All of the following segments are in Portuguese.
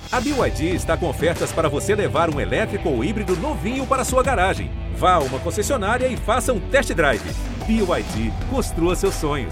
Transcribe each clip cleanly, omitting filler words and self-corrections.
A BYD está com ofertas para você levar um elétrico ou híbrido novinho para sua garagem. Vá a uma concessionária e faça um test drive. BYD, construa seus sonhos.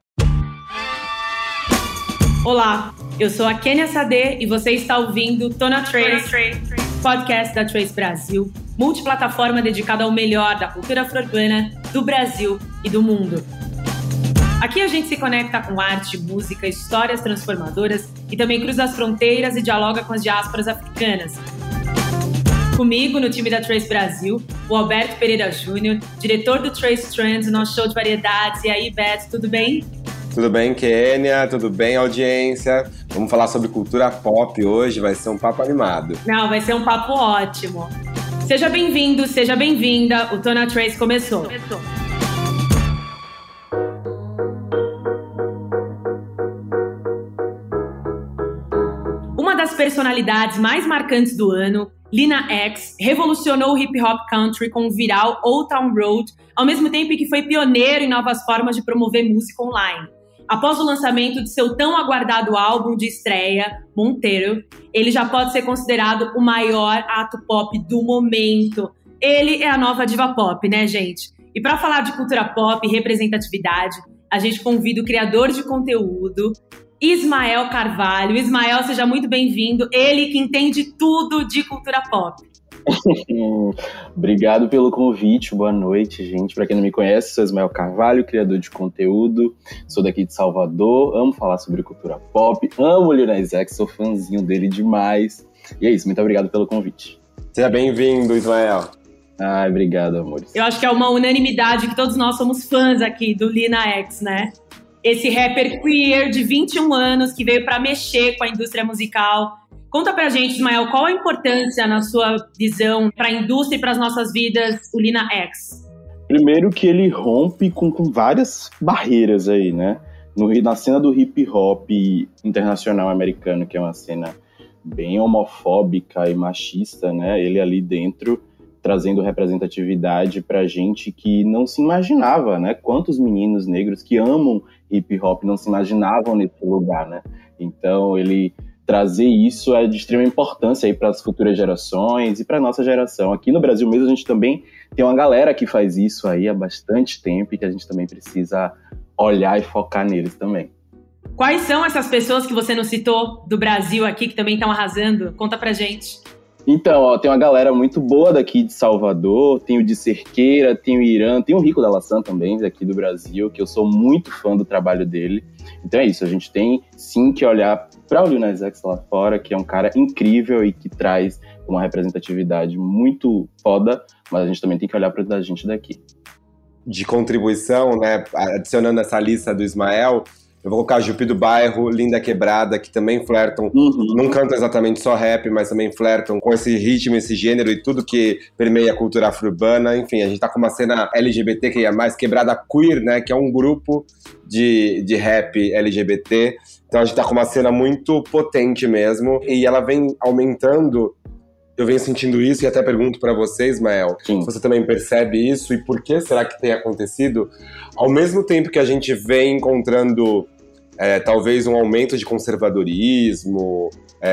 Olá, eu sou a Kênia Sade e você está ouvindo Tô na Trace, podcast da Trace Brasil, multiplataforma dedicada ao melhor da cultura afro-urbana do Brasil e do mundo. Aqui a gente se conecta com arte, música, histórias transformadoras e também cruza as fronteiras e dialoga com as diásporas africanas. Comigo, no time da Trace Brasil, o Alberto Pereira Júnior, diretor do Trace Trends, nosso show de variedades. E aí, Beto, tudo bem? Tudo bem, Kênia? Tudo bem, audiência? Vamos falar sobre cultura pop hoje, vai ser um papo animado. Não, vai ser um papo ótimo. Seja bem-vindo, seja bem-vinda, o Tô na Trace começou. Uma das personalidades mais marcantes do ano, Lina X, revolucionou o hip hop country com o viral Old Town Road, ao mesmo tempo que foi pioneiro em novas formas de promover música online. Após o lançamento de seu tão aguardado álbum de estreia, Monteiro, ele já pode ser considerado o maior ato pop do momento. Ele é a nova diva pop, né, gente? E para falar de cultura pop e representatividade, a gente convida o criador de conteúdo, Ismael Carvalho. Ismael, seja muito bem-vindo. Ele que entende tudo de cultura pop. Obrigado pelo convite, boa noite, gente. Para quem não me conhece, sou Ismael Carvalho, criador de conteúdo, sou daqui de Salvador, amo falar sobre cultura pop, amo o Lil Nas X, sou fãzinho dele demais. E é isso, muito obrigado pelo convite. Seja bem-vindo, Ismael. Ai, obrigado, amores. Eu acho que é uma unanimidade que todos nós somos fãs aqui do Lil Nas X, né? Esse rapper queer de 21 anos que veio para mexer com a indústria musical. Conta pra gente, Ismael, qual a importância, na sua visão, para a indústria e para as nossas vidas, o Lil Nas X? Primeiro que ele rompe com várias barreiras aí, né? Na cena do hip hop internacional americano, que é uma cena bem homofóbica e machista, né? Ele ali dentro trazendo representatividade pra gente que não se imaginava, né? Quantos meninos negros que amam hip hop não se imaginavam nesse lugar, né? Então ele trazer isso é de extrema importância aí para as futuras gerações e para nossa geração. Aqui no Brasil mesmo a gente também tem uma galera que faz isso aí há bastante tempo e que a gente também precisa olhar e focar neles também. Quais são essas pessoas que você não citou do Brasil aqui que também estão arrasando? Conta pra gente. Então, ó, tem uma galera muito boa daqui de Salvador, tem o de Cerqueira, tem o Irã, tem o Rico da Laçã também, daqui do Brasil, que eu sou muito fã do trabalho dele. Então é isso, a gente tem sim que olhar para o Lil Nas X lá fora, que é um cara incrível e que traz uma representatividade muito foda, mas a gente também tem que olhar para a gente daqui. De contribuição, né, adicionando essa lista do Ismael, eu vou colocar Jupi do Bairro, Linda Quebrada, que também flertam, não cantam exatamente só rap, mas também flertam com esse ritmo, esse gênero e tudo que permeia a cultura afro-urbana. Enfim, a gente tá com uma cena LGBTQIA+, Quebrada Queer, né, que é um grupo de rap LGBT. Então a gente tá com uma cena muito potente mesmo, e ela vem aumentando. Eu venho sentindo isso e até pergunto pra você, Ismael, se você também percebe isso e por que será que tem acontecido? Ao mesmo tempo que a gente vem encontrando talvez um aumento de conservadorismo,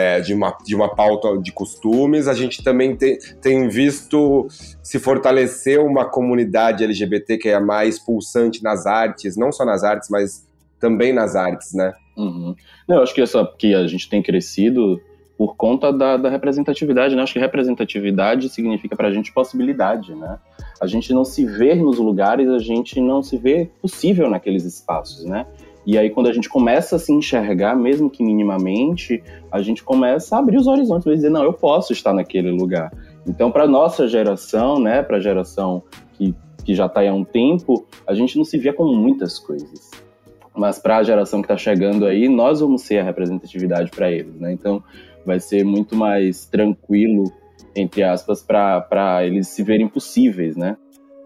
de uma pauta de costumes, a gente também tem visto se fortalecer uma comunidade LGBT que é mais pulsante nas artes, não só nas artes, mas também nas artes, né? Não, eu acho que a gente tem crescido por conta da representatividade, né? Acho que representatividade significa pra gente possibilidade, né? A gente não se vê nos lugares, a gente não se vê possível naqueles espaços, né? E aí quando a gente começa a se enxergar, mesmo que minimamente, a gente começa a abrir os horizontes e dizer, não, eu posso estar naquele lugar. Então pra nossa geração, né? Pra geração que já tá aí há um tempo, a gente não se vê com muitas coisas. Mas para a geração que está chegando aí, nós vamos ser a representatividade para eles, né? Então, vai ser muito mais tranquilo, entre aspas, para eles se verem possíveis, né?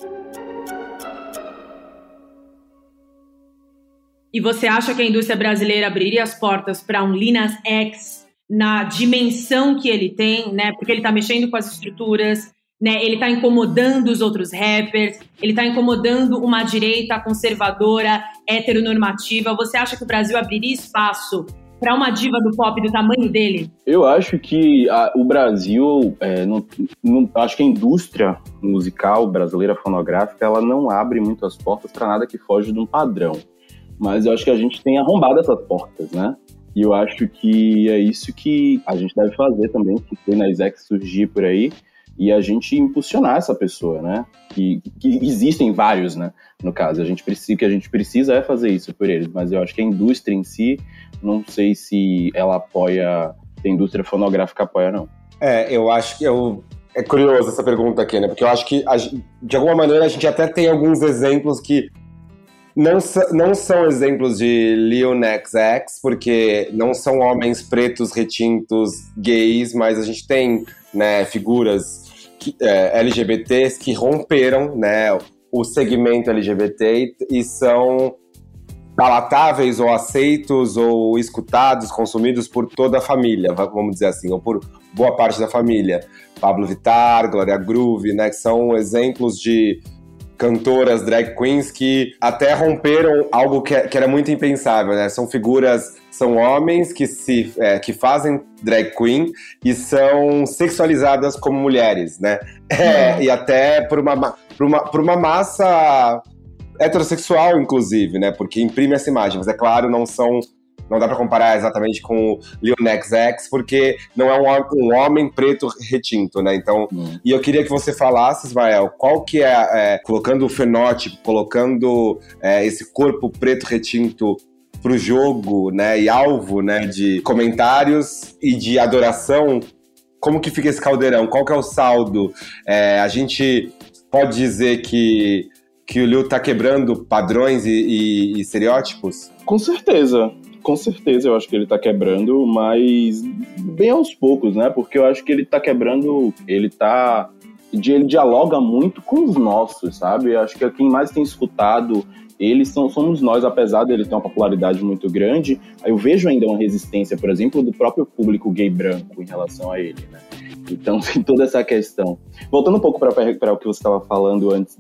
E você acha que a indústria brasileira abriria as portas para um Lil Nas X na dimensão que ele tem, né? Porque ele está mexendo com as estruturas, né? Ele está incomodando os outros rappers, ele está incomodando uma direita conservadora, heteronormativa. Você acha que o Brasil abriria espaço para uma diva do pop do tamanho dele? Eu acho que o Brasil, acho que a indústria musical brasileira fonográfica, ela não abre muito as portas para nada que foge de um padrão. Mas eu acho que a gente tem arrombado essas portas, né? E eu acho que é isso que a gente deve fazer também, que foi na Isaac surgir por aí, e a gente impulsionar essa pessoa, né? Que existem vários, né? No caso, o que a gente precisa é fazer isso por eles, mas eu acho que a indústria em si, não sei se ela apoia, se a indústria fonográfica apoia, não. Eu acho que é curioso essa pergunta aqui, né? Porque eu acho que, de alguma maneira, a gente até tem alguns exemplos que não são exemplos de Lil Nas X, porque não são homens pretos, retintos, gays, mas a gente tem, né, figuras LGBTs que romperam, né, o segmento LGBT e são palatáveis ou aceitos ou escutados, consumidos por toda a família, vamos dizer assim, ou por boa parte da família. Pablo Vittar, Glória Groove, né, que são exemplos de cantoras, drag queens que até romperam algo que era muito impensável, né? São figuras, são homens que fazem drag queen e são sexualizadas como mulheres, né? E até por uma massa heterossexual, inclusive, né? Porque imprime essa imagem. Mas é claro, não dá pra comparar exatamente com o Lil Nas X, porque não é um homem preto retinto, né? Então, e eu queria que você falasse, Ismael, qual que colocando o fenótipo, colocando esse corpo preto retinto pro jogo, né? E alvo, né? De comentários e de adoração, como que fica esse caldeirão? Qual que é o saldo? A gente pode dizer que o Lil tá quebrando padrões e estereótipos? Com certeza, eu acho que ele tá quebrando, mas bem aos poucos, né? Porque eu acho que ele tá quebrando, ele dialoga muito com os nossos, sabe? Eu acho que quem mais tem escutado eles somos nós, apesar dele ter uma popularidade muito grande. Eu vejo ainda uma resistência, por exemplo, do próprio público gay branco em relação a ele, né? Então tem toda essa questão. Voltando um pouco para o que você estava falando antes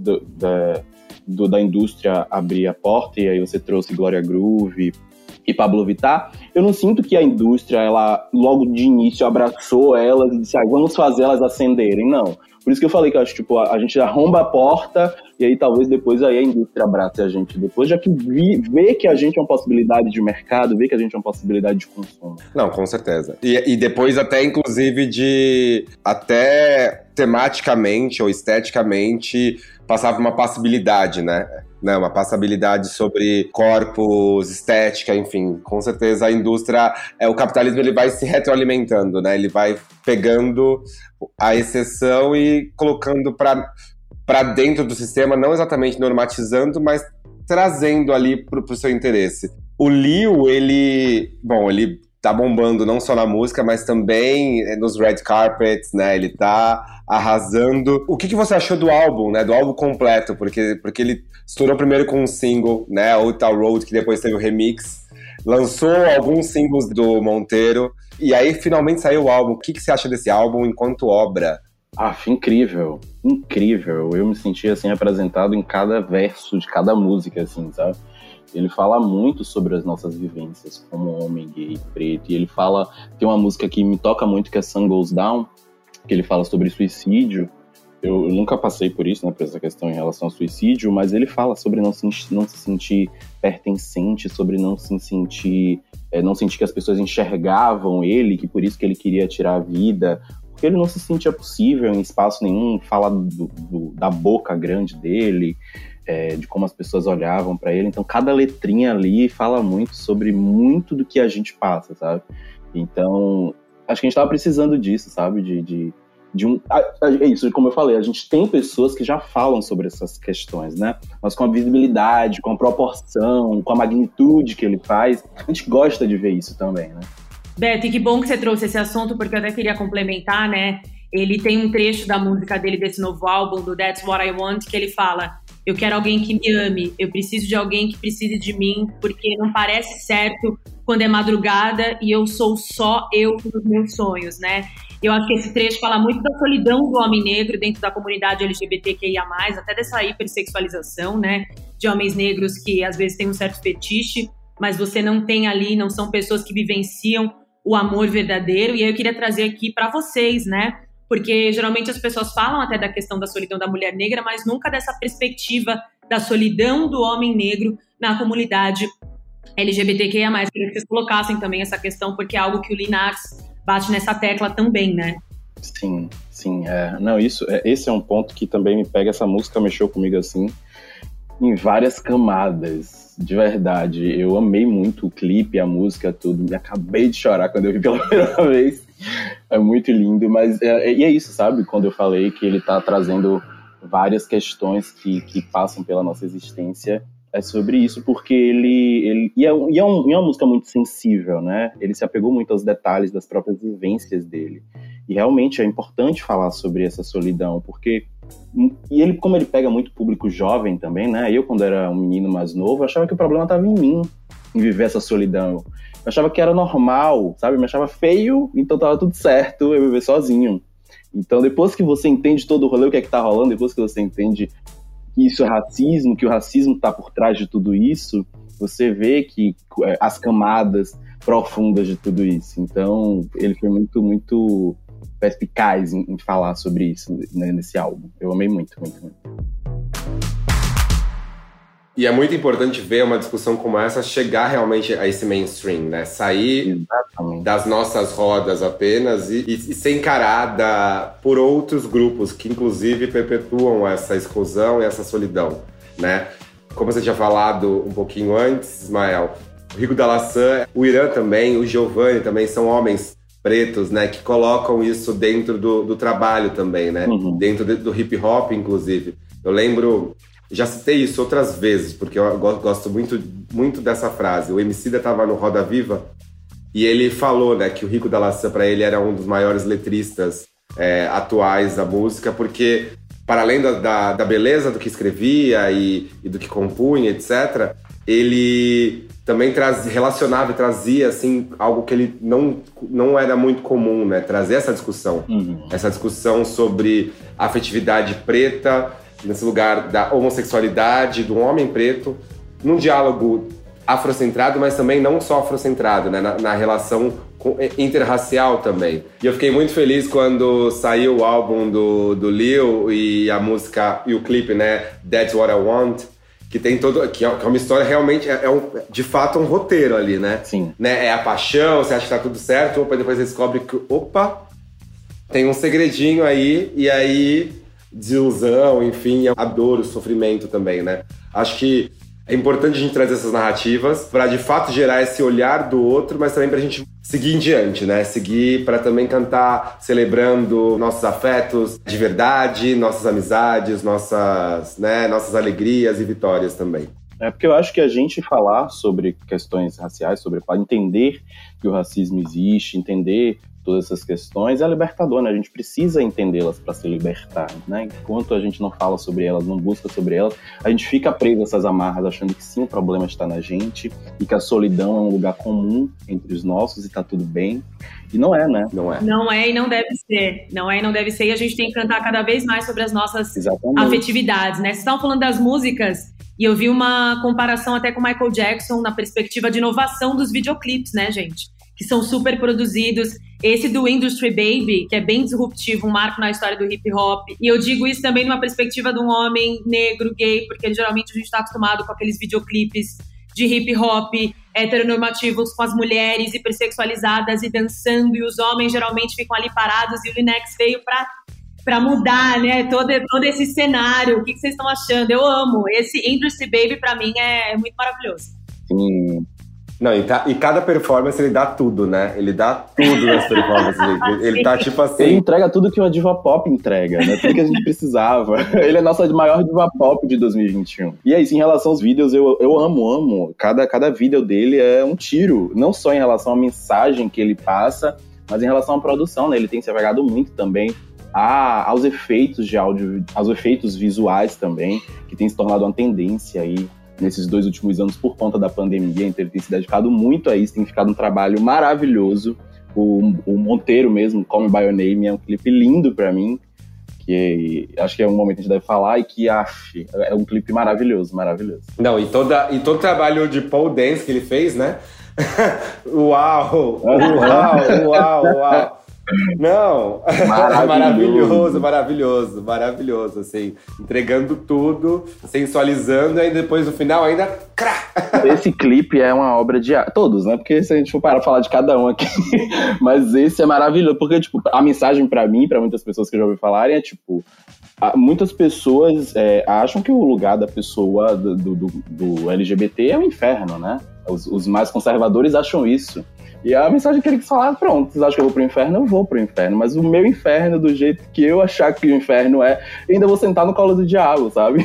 da indústria abrir a porta, e aí você trouxe Glória Groove e Pablo Vittar, eu não sinto que a indústria, ela logo de início abraçou elas e disse, vamos fazer elas acenderem, não. Por isso que eu falei que eu acho, tipo, a gente arromba a porta e aí talvez depois aí a indústria abrace a gente depois, já que vê que a gente é uma possibilidade de mercado, vê que a gente é uma possibilidade de consumo. Não, com certeza. E depois até, inclusive, até tematicamente ou esteticamente passava uma passabilidade, né? Uma passabilidade sobre corpos, estética, enfim. Com certeza a indústria, o capitalismo, ele vai se retroalimentando, né? Ele vai pegando a exceção e colocando para dentro do sistema, não exatamente normatizando, mas trazendo ali pro seu interesse. O Lil, ele tá bombando não só na música, mas também nos red carpets, né? Ele tá arrasando. O que você achou do álbum, né? Do álbum completo? Porque ele estourou primeiro com um single, né? Old Town Road, que depois teve o remix. Lançou alguns singles do Monteiro. E aí, finalmente saiu o álbum. O que você acha desse álbum enquanto obra? Incrível. Incrível. Eu me senti, assim, representado em cada verso de cada música, assim, sabe? Ele fala muito sobre as nossas vivências como homem gay, preto. E ele fala... Tem uma música que me toca muito, que é Sun Goes Down, que ele fala sobre suicídio. Eu nunca passei por isso, né, por essa questão em relação ao suicídio, mas ele fala sobre não se sentir pertencente, sobre não sentir que as pessoas enxergavam ele, que por isso que ele queria tirar a vida, porque ele não se sentia possível em espaço nenhum. Fala da boca grande dele, de como as pessoas olhavam pra ele. Então cada letrinha ali fala muito sobre muito do que a gente passa, sabe? Então acho que a gente tava precisando disso, sabe? É isso, como eu falei, a gente tem pessoas que já falam sobre essas questões, né? Mas com a visibilidade, com a proporção, com a magnitude que ele faz, a gente gosta de ver isso também, né? Beto, e que bom que você trouxe esse assunto, porque eu até queria complementar, né? Ele tem um trecho da música dele, desse novo álbum, do That's What I Want, que ele fala: eu quero alguém que me ame, eu preciso de alguém que precise de mim, porque não parece certo quando é madrugada e eu sou só eu nos meus sonhos, né? Eu acho que esse trecho fala muito da solidão do homem negro dentro da comunidade LGBTQIA+, até dessa hipersexualização, né? De homens negros que às vezes têm um certo fetiche mas você não tem ali, não são pessoas que vivenciam o amor verdadeiro. E aí eu queria trazer aqui para vocês, né? Porque geralmente as pessoas falam até da questão da solidão da mulher negra, mas nunca dessa perspectiva da solidão do homem negro na comunidade LGBTQIA+. Queria que vocês colocassem também essa questão, porque é algo que o Lil Nas bate nessa tecla também, né? Sim. Não, esse é um ponto que também me pega. Essa música mexeu comigo, assim, em várias camadas, de verdade. Eu amei muito o clipe, a música, tudo. Me acabei de chorar quando eu vi pela primeira vez. É muito lindo, mas e é isso, sabe? Quando eu falei que ele tá trazendo várias questões que passam pela nossa existência, é sobre isso, porque ele é uma música muito sensível, né? Ele se apegou muito aos detalhes das próprias vivências dele. E realmente é importante falar sobre essa solidão, porque como ele pega muito público jovem também, né? Eu, quando era um menino mais novo, achava que o problema estava em mim, em viver essa solidão. Eu achava que era normal, sabe? Eu me achava feio, então tava tudo certo eu viver sozinho. Então, depois que você entende todo o rolê, o que é que tá rolando, depois que você entende que isso é racismo, que o racismo tá por trás de tudo isso, você vê que as camadas profundas de tudo isso. Então, ele foi muito, muito perspicaz em falar sobre isso, né, nesse álbum. Eu amei muito, muito, muito. E é muito importante ver uma discussão como essa chegar realmente a esse mainstream, né? Sair das nossas rodas apenas e ser encarada por outros grupos que, inclusive, perpetuam essa exclusão e essa solidão, né? Como você tinha falado um pouquinho antes, Ismael, o Rico da Laçã, o Irã também, o Giovanni também são homens pretos, né? Que colocam isso dentro do trabalho também, né? Dentro do hip hop, inclusive. Eu lembro... Já citei isso outras vezes, porque eu gosto muito, muito dessa frase. O Emicida estava no Roda Viva e ele falou, né, que o Rico da Laçã, para ele, era um dos maiores letristas atuais da música, porque, para além da beleza do que escrevia e do que compunha, etc., ele também relacionava e trazia assim, algo que ele não era muito comum, né? Trazer essa discussão. Essa discussão sobre a afetividade preta, nesse lugar da homossexualidade, do homem preto, num diálogo afrocentrado, mas também não só afrocentrado, né? Na relação interracial também. E eu fiquei muito feliz quando saiu o álbum do Lil e a música e o clipe, né? That's What I Want, que tem que é uma história realmente, de fato um roteiro ali, né? Sim. Né? É a paixão, você acha que tá tudo certo, depois você descobre que, tem um segredinho aí, e aí... desilusão, enfim, a dor, o sofrimento também, né? Acho que é importante a gente trazer essas narrativas para de fato gerar esse olhar do outro, mas também pra gente seguir em diante, né? Seguir para também cantar celebrando nossos afetos de verdade, nossas amizades, nossas alegrias e vitórias também. É porque eu acho que a gente falar sobre questões raciais, para entender que o racismo existe, entender todas essas questões, é libertador, né? A gente precisa entendê-las para se libertar, né? Enquanto a gente não fala sobre elas, não busca sobre elas, a gente fica preso a essas amarras, achando que sim, o problema está na gente e que a solidão é um lugar comum entre os nossos e tá tudo bem. E não é, né? Não é. Não é e não deve ser. Não é e não deve ser. E a gente tem que cantar cada vez mais sobre as nossas afetividades, né? Vocês estavam falando das músicas e eu vi uma comparação até com Michael Jackson na perspectiva de inovação dos videoclipes, né, gente? Que são super produzidos. Esse do Industry Baby, que é bem disruptivo, um marco na história do hip hop. E eu digo isso também numa perspectiva de um homem negro, gay, porque geralmente a gente está acostumado com aqueles videoclipes de hip hop heteronormativos com as mulheres hipersexualizadas e dançando, e os homens geralmente ficam ali parados, e o Lil Nas veio pra mudar, né, todo esse cenário. O que vocês estão achando? Eu amo. Esse Industry Baby, pra mim, é muito maravilhoso. Sim. Não, e cada performance ele dá tudo, né? Ele dá tudo nas performances. Ele tá tipo assim... Ele entrega tudo que uma diva pop entrega, né? Tudo que a gente precisava. Ele é a nossa maior diva pop de 2021. E é isso, em relação aos vídeos, eu amo. Cada vídeo dele é um tiro. Não só em relação à mensagem que ele passa, mas em relação à produção, né? Ele tem se apegado muito também aos efeitos de áudio, aos efeitos visuais também, que tem se tornado uma tendência aí nesses 2 últimos anos por conta da pandemia. Então ele tem se dedicado muito a isso, tem ficado um trabalho maravilhoso. O Monteiro mesmo, Call Me By Your Name, é um clipe lindo pra mim, que acho que é um momento que a gente deve falar, e que é um clipe maravilhoso, maravilhoso. Não, e todo o trabalho de pole dance que ele fez, né? Uau! Uau! Uau! Uau! Não! Maravilhoso, assim. Entregando tudo, sensualizando, e depois no final ainda... Esse clipe é uma obra de arte. Todos, né? Porque se a gente for parar pra falar de cada um aqui... Mas esse é maravilhoso, porque, tipo, a mensagem pra mim, pra muitas pessoas que já ouviram falarem, é, tipo... Muitas pessoas acham que o lugar da pessoa do LGBT é o inferno, né? Os mais conservadores acham isso. E a mensagem que ele quis falar, pronto, vocês acham que eu vou pro inferno? Eu vou pro inferno. Mas o meu inferno, do jeito que eu achar que o inferno é, eu ainda vou sentar no colo do diabo, sabe?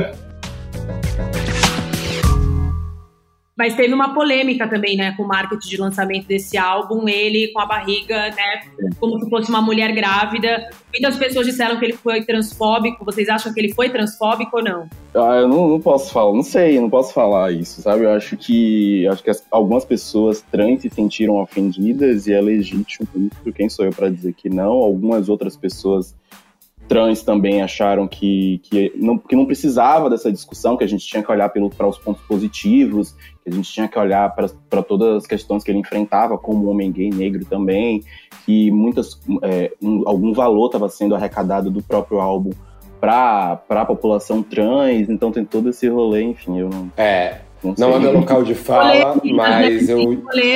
Mas teve uma polêmica também, né, com o marketing de lançamento desse álbum, ele com a barriga, né, como se fosse uma mulher grávida. Muitas pessoas disseram que ele foi transfóbico. Vocês acham que ele foi transfóbico ou não? Eu não posso falar, não posso falar isso, sabe? Eu acho que algumas pessoas trans se sentiram ofendidas e é legítimo isso. Quem sou eu para dizer que não? Algumas outras pessoas trans também acharam que não precisava dessa discussão, que a gente tinha que olhar para os pontos positivos, que a gente tinha que olhar para todas as questões que ele enfrentava como homem gay negro também, que algum valor estava sendo arrecadado do próprio álbum para a população trans, então tem todo esse rolê, enfim, eu não... Não é meu local de fala, mas eu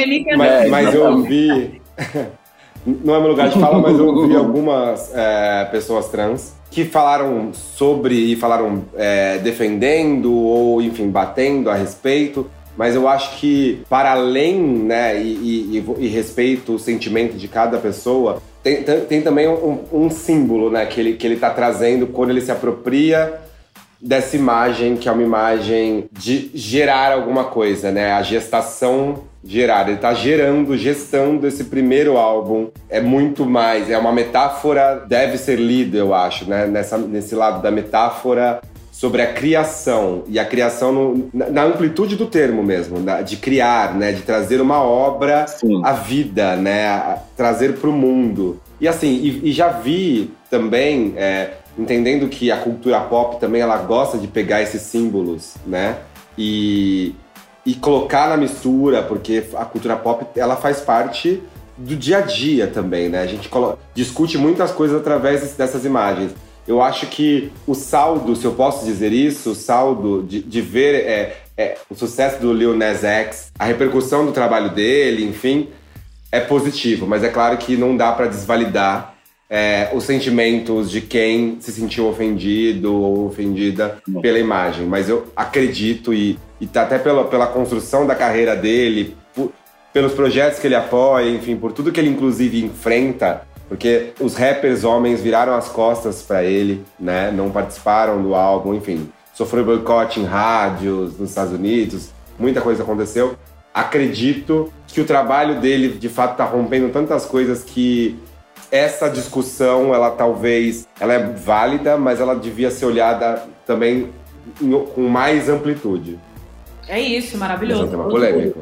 ouvi... Não é meu lugar de fala, mas eu ouvi algumas pessoas trans que falaram sobre e falaram defendendo ou, enfim, batendo a respeito. Mas eu acho que, para além, né, e respeito o sentimento de cada pessoa, tem também um símbolo, né, que ele tá trazendo quando ele se apropria dessa imagem, que é uma imagem de gerar alguma coisa, né? A gestação gerada. Ele tá gestando esse primeiro álbum. É muito mais, é uma metáfora, deve ser lida, eu acho, né? Nesse lado da metáfora sobre a criação. E a criação na amplitude do termo mesmo, de criar, né? De trazer uma obra à vida, né? Trazer pro mundo. E assim, e já vi também... entendendo que a cultura pop também ela gosta de pegar esses símbolos, né? E colocar na mistura, porque a cultura pop ela faz parte do dia a dia também, né? A gente discute muitas coisas através dessas imagens. Eu acho que o saldo, se eu posso dizer isso, o saldo de ver o sucesso do Lil Nas X, a repercussão do trabalho dele, enfim, é positivo. Mas é claro que não dá para desvalidar os sentimentos de quem se sentiu ofendido ou ofendida pela imagem. Mas eu acredito, e até pela construção da carreira dele, pelos projetos que ele apoia, enfim, por tudo que ele inclusive enfrenta, porque os rappers homens viraram as costas pra ele, né? Não participaram do álbum, enfim. Sofreu boicote em rádios nos Estados Unidos, muita coisa aconteceu. Acredito que o trabalho dele, de fato, tá rompendo tantas coisas que essa discussão, ela é válida, mas ela devia ser olhada também com mais amplitude. É isso, maravilhoso. Mas é um tema polêmico.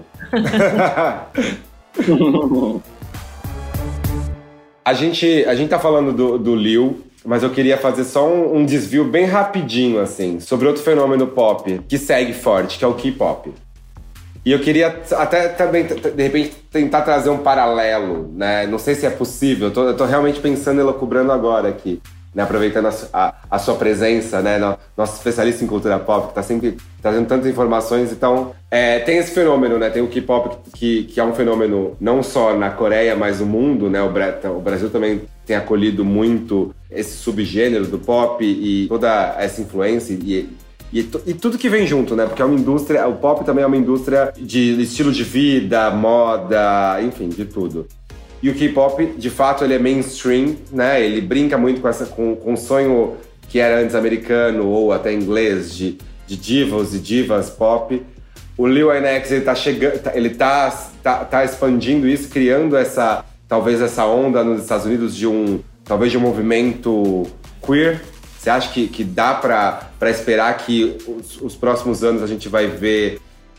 A gente tá falando do Lil, mas eu queria fazer só um desvio bem rapidinho, assim, sobre outro fenômeno pop que segue forte, que é o K-pop. E eu queria até também, de repente, tentar trazer um paralelo, né? Não sei se é possível, eu tô realmente pensando e elucubrando agora aqui, né? Aproveitando a sua presença, né? Nosso especialista em cultura pop, que tá sempre trazendo tantas informações. Então, tem esse fenômeno, né? Tem o K-pop, que é um fenômeno não só na Coreia, mas no mundo, né? O Brasil também tem acolhido muito esse subgênero do pop e toda essa influência e tudo que vem junto, né? Porque é uma indústria, o pop também é uma indústria de estilo de vida, moda, enfim, de tudo. E o K-pop, de fato, ele é mainstream, né? Ele brinca muito com o sonho que era antes americano ou até inglês de divas e divas pop. O Lil Nas X, ele tá expandindo isso, criando talvez essa onda nos Estados Unidos de um movimento queer. Você acha que dá para esperar que os próximos anos a gente vai ver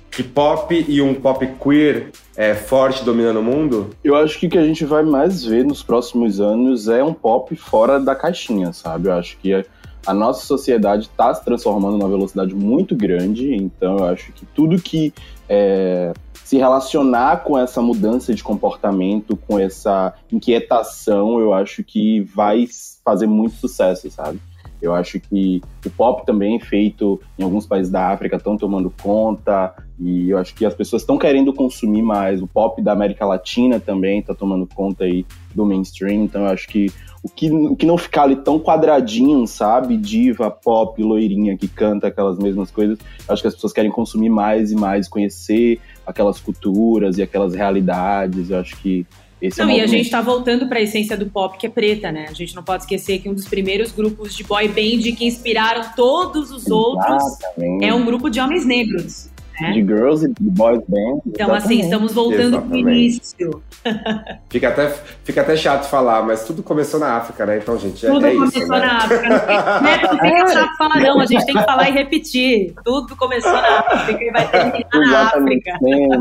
pop e um pop queer forte dominando o mundo? Eu acho que o que a gente vai mais ver nos próximos anos é um pop fora da caixinha, sabe? Eu acho que a nossa sociedade está se transformando numa velocidade muito grande, então eu acho que tudo que se relacionar com essa mudança de comportamento, com essa inquietação, eu acho que vai fazer muito sucesso, sabe? Eu acho que o pop também feito em alguns países da África estão tomando conta, e eu acho que as pessoas estão querendo consumir mais. O pop da América Latina também está tomando conta aí do mainstream, então eu acho que o que não ficar ali tão quadradinho, sabe? Diva, pop, loirinha que canta aquelas mesmas coisas, eu acho que as pessoas querem consumir mais e mais, conhecer aquelas culturas e aquelas realidades. Eu acho que esse e a gente tá voltando pra essência do pop, que é preta, né? A gente não pode esquecer que um dos primeiros grupos de boy band que inspiraram todos os outros é um grupo de homens negros. Né? De girls e de boys band. Então, assim, estamos voltando pro início. Fica até chato falar, mas tudo começou na África, né? Então, gente, tudo começou isso, na África. Não fica chato falar, não. A gente tem que falar e repetir. Tudo começou na África e vai terminar na África.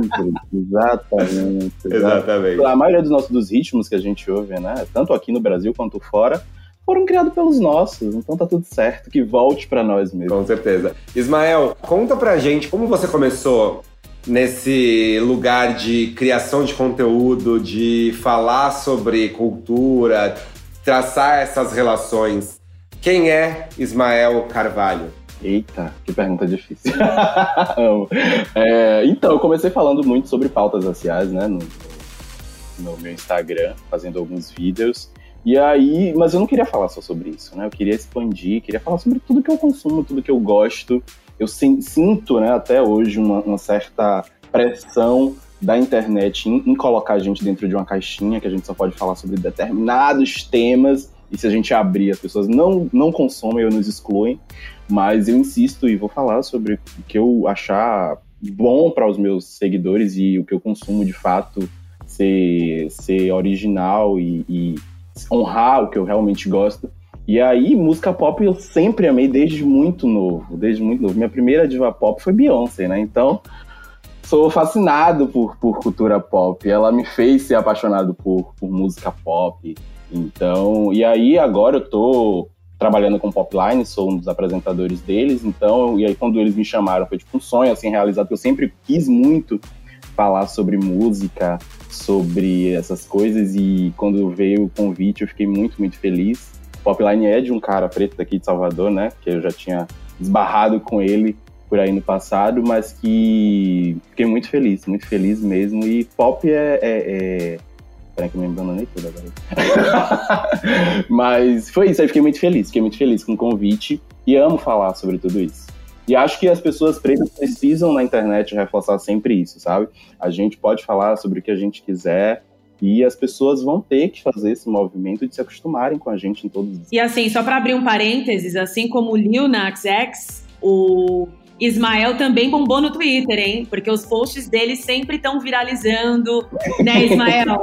Exatamente. A maioria dos ritmos que a gente ouve, né? Tanto aqui no Brasil quanto fora, foram criados pelos nossos, então tá tudo certo, que volte pra nós mesmo. Com certeza. Ismael, conta pra gente como você começou nesse lugar de criação de conteúdo, de falar sobre cultura, traçar essas relações. Quem é Ismael Carvalho? Eita, que pergunta difícil. Então, eu comecei falando muito sobre pautas raciais, né, no meu Instagram, fazendo alguns vídeos. E aí, mas eu não queria falar só sobre isso, né? Eu queria expandir, queria falar sobre tudo que eu consumo, tudo que eu gosto. Eu sinto, né, até hoje, uma certa pressão da internet em colocar a gente dentro de uma caixinha, que a gente só pode falar sobre determinados temas, e se a gente abrir, as pessoas não consomem ou nos excluem. Mas eu insisto e vou falar sobre o que eu achar bom para os meus seguidores e o que eu consumo de fato ser original e honrar o que eu realmente gosto. E aí, música pop eu sempre amei desde muito novo. Minha primeira diva pop foi Beyoncé, né? Então, sou fascinado por cultura pop. Ela me fez ser apaixonado por música pop. Então, e aí agora eu tô trabalhando com Popline, sou um dos apresentadores deles. Então, e aí quando eles me chamaram, foi tipo um sonho assim realizado, porque eu sempre quis muito falar sobre música, sobre essas coisas, e quando veio o convite eu fiquei muito, muito feliz. Popline é de um cara preto daqui de Salvador, né, que eu já tinha esbarrado com ele por aí no passado, mas que fiquei muito feliz mesmo, e pop Peraí que eu me abandonei tudo agora. Mas foi isso, aí fiquei muito feliz com o convite, e amo falar sobre tudo isso. E acho que as pessoas pretas precisam na internet reforçar sempre isso, sabe? A gente pode falar sobre o que a gente quiser e as pessoas vão ter que fazer esse movimento de se acostumarem com a gente em todos os... E assim, só para abrir um parênteses, assim como o Lil Nas X, o Ismael também bombou no Twitter, hein? Porque os posts dele sempre estão viralizando, né, Ismael?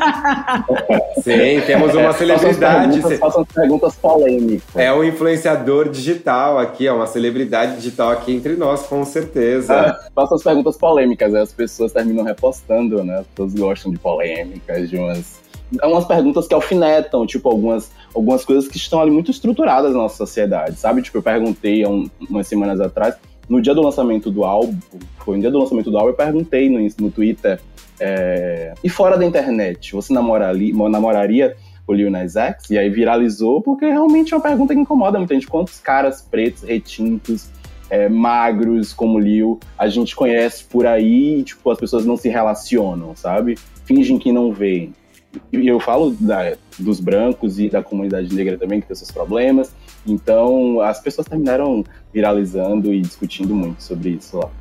Sim, temos uma celebridade. Façam perguntas polêmicas. É um influenciador digital aqui, é uma celebridade digital aqui entre nós, com certeza. Façam as perguntas polêmicas, aí as pessoas terminam repostando, né? As pessoas gostam de polêmicas, de umas perguntas que alfinetam, tipo, algumas coisas que estão ali muito estruturadas na nossa sociedade, sabe? Tipo, eu perguntei há umas semanas atrás, no dia do lançamento do álbum, eu perguntei no Twitter, e fora da internet, você namoraria o Lil Nas X? E aí viralizou, porque realmente é uma pergunta que incomoda muita gente. Quantos caras pretos, retintos, magros como Lil a gente conhece por aí e, tipo, as pessoas não se relacionam, sabe? Fingem que não veem. E eu falo dos brancos e da comunidade negra também, que tem seus problemas. Então, as pessoas terminaram viralizando e discutindo muito sobre isso lá.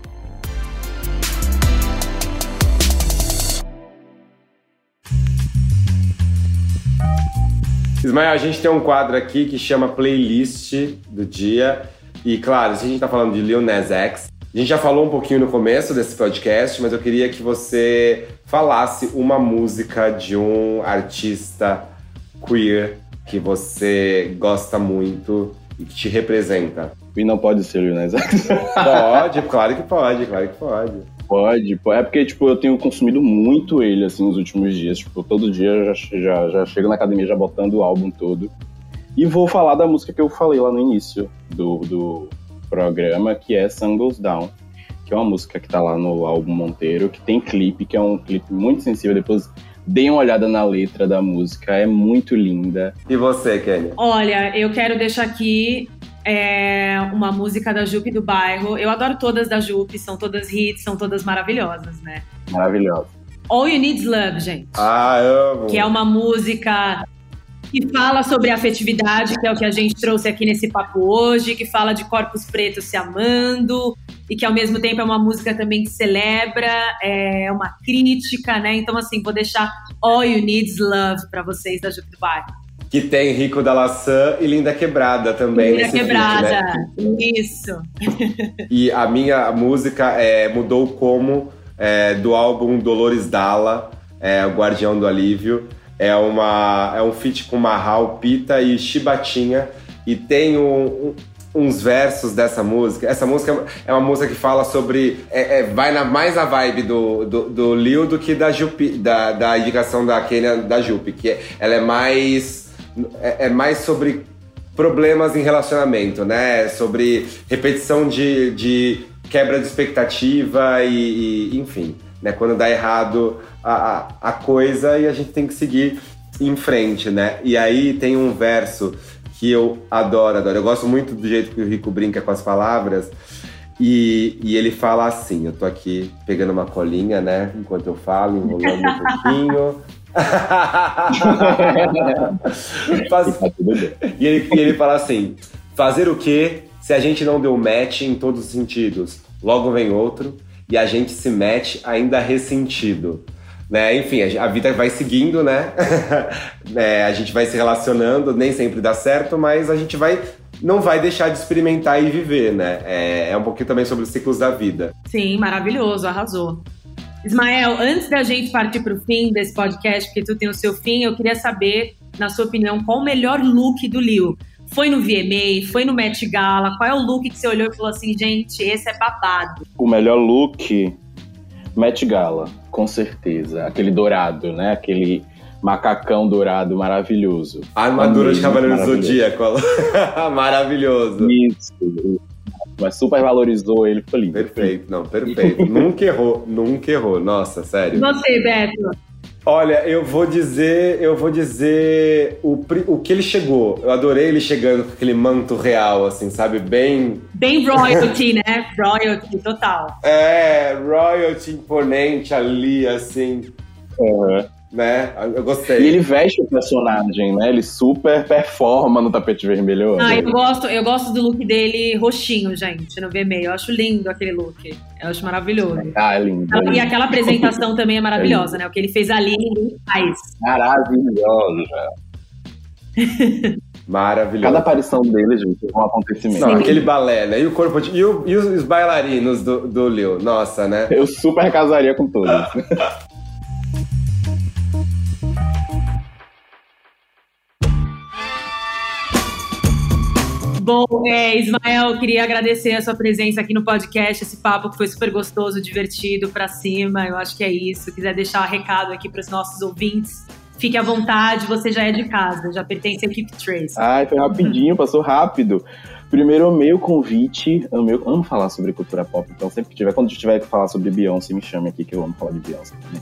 Ismael, a gente tem um quadro aqui que chama Playlist do Dia. E, claro, se a gente tá falando de Lil Nas X, a gente já falou um pouquinho no começo desse podcast, mas eu queria que você falasse uma música de um artista queer que você gosta muito e que te representa. E não pode ser Lil Nas X? Pode, claro que pode. Pode. É porque, tipo, eu tenho consumido muito ele, assim, nos últimos dias. Tipo, todo dia eu já chego na academia já botando o álbum todo. E vou falar da música que eu falei lá no início do programa, que é Sun Goes Down, que é uma música que tá lá no álbum Monteiro, que tem clipe, que é um clipe muito sensível. Depois deem uma olhada na letra da música, é muito linda. E você, Kênia? Olha, eu quero deixar aqui uma música da Jupe do Bairro. Eu adoro todas da Jupe, são todas hits, são todas maravilhosas, né? Maravilhosa. All You Need Is Love, gente. Amo! Que é uma música que fala sobre afetividade, que é o que a gente trouxe aqui nesse papo hoje, que fala de corpos pretos se amando, e que ao mesmo tempo é uma música também que celebra, é uma crítica, né? Então, assim, vou deixar All You Need Is Love pra vocês da Jupe do Bairro. Que tem Rico da Laçã e Linda Quebrada também. Linda Quebrada, vídeo, né? Isso. E a minha música mudou como do álbum Dolores Dalla, o Guardião do Alívio. É um feat com Mahal, Pita e Chibatinha. E tem uns versos dessa música. Essa música é uma música que fala sobre... vai mais na vibe do Lil do que da Jupe, da indicação da Kênia da Jupe. Que ela é mais sobre problemas em relacionamento, né? Sobre repetição de quebra de expectativa e enfim, né? Quando dá errado a coisa e a gente tem que seguir em frente, né? E aí tem um verso que eu adoro. Eu gosto muito do jeito que o Rico brinca com as palavras. E ele fala assim, eu tô aqui pegando uma colinha, né? Enquanto eu falo, enrolando um pouquinho. E ele fala assim: fazer o quê se a gente não deu match em todos os sentidos? Logo vem outro e a gente se mete ainda ressentido, né? Enfim, a vida vai seguindo, né? A gente vai se relacionando, nem sempre dá certo, mas a gente não vai deixar de experimentar e viver, né? É um pouquinho também sobre os ciclos da vida. Sim, maravilhoso, arrasou. Ismael, antes da gente partir para o fim desse podcast, porque tu tem o seu fim, eu queria saber, na sua opinião, qual o melhor look do Lil? Foi no VMA? Foi no Met Gala? Qual é o look que você olhou e falou assim, gente, esse é babado? O melhor look, Met Gala, com certeza. Aquele dourado, né? Aquele macacão dourado maravilhoso. A armadura de Cavaleiro do Zodíaco. Maravilhoso. Isso. Mas super valorizou ele, ficou lindo. Perfeito, não, perfeito. Nunca errou. Nossa, sério. E você, Beto? Olha, eu vou dizer o que ele chegou. Eu adorei ele chegando com aquele manto real, assim, sabe? Bem royalty, né? Royalty, total. Royalty imponente ali, assim. Uhum. Né? Eu gostei. E ele veste o personagem, né? Ele super performa no tapete vermelho. Eu gosto do look dele roxinho, gente, no VMA. Eu acho lindo aquele look. Eu acho maravilhoso. É lindo. E aquela apresentação também é maravilhosa, né? O que ele fez ali, ninguém faz. Maravilhoso. Maravilhoso. Cada aparição dele, gente, é um acontecimento. Não, aquele balé, né? E o corpo e os bailarinos do Lil. Nossa, né? Eu super casaria com todos. Bom, Ismael, queria agradecer a sua presença aqui no podcast, esse papo que foi super gostoso, divertido, pra cima, eu acho que é isso. Se quiser deixar um recado aqui pros nossos ouvintes, fique à vontade, você já é de casa, já pertence à equipe Trace. Foi rapidinho, passou rápido. Primeiro, amei o convite, amo falar sobre cultura pop, então sempre que quando tiver que falar sobre Beyoncé, me chame aqui que eu amo falar de Beyoncé também.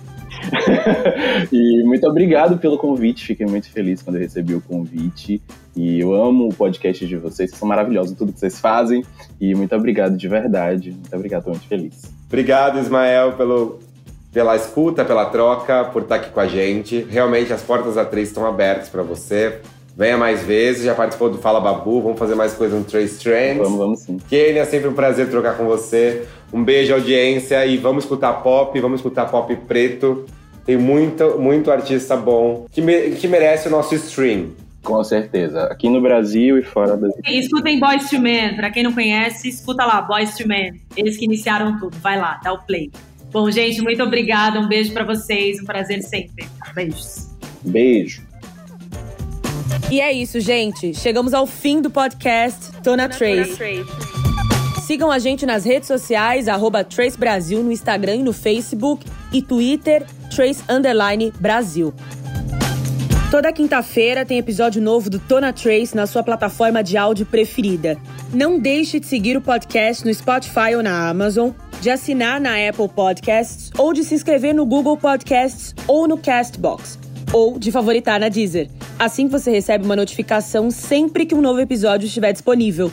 E muito obrigado pelo convite, fiquei muito feliz quando eu recebi o convite e eu amo o podcast de vocês são maravilhosos em tudo que vocês fazem e muito obrigado de verdade, muito obrigado, tô muito feliz. Obrigado, Ismael, pela escuta, pela troca, por estar aqui com a gente. Realmente as portas da Trace estão abertas para você. Venha mais vezes, já participou do Fala Babu, vamos fazer mais coisa no Trace Trends. Vamos sim. Kênia, é sempre um prazer trocar com você. Um beijo, audiência, e vamos escutar pop preto. Tem muito artista bom que merece o nosso stream. Com certeza, aqui no Brasil e fora do Brasil. Escutem Boyz II Men, pra quem não conhece, escuta lá, Boyz II Men. Eles que iniciaram tudo, vai lá, dá o play. Bom, gente, muito obrigada, um beijo pra vocês, um prazer sempre. Beijos. Beijo. E é isso, gente. Chegamos ao fim do podcast Tona Trace. Sigam a gente nas redes sociais, @TraceBrasil no Instagram e no Facebook, e Twitter, Trace_Brasil. Toda quinta-feira tem episódio novo do Tona Trace na sua plataforma de áudio preferida. Não deixe de seguir o podcast no Spotify ou na Amazon, de assinar na Apple Podcasts ou de se inscrever no Google Podcasts ou no Castbox, ou de favoritar na Deezer. Assim você recebe uma notificação sempre que um novo episódio estiver disponível.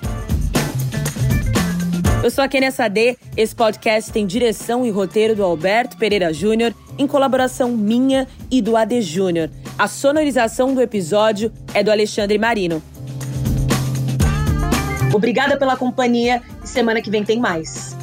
Eu sou a Kênia Sade, esse podcast tem direção e roteiro do Alberto Pereira Júnior, em colaboração minha e do AD Júnior. A sonorização do episódio é do Alexandre Marino. Obrigada pela companhia e semana que vem tem mais.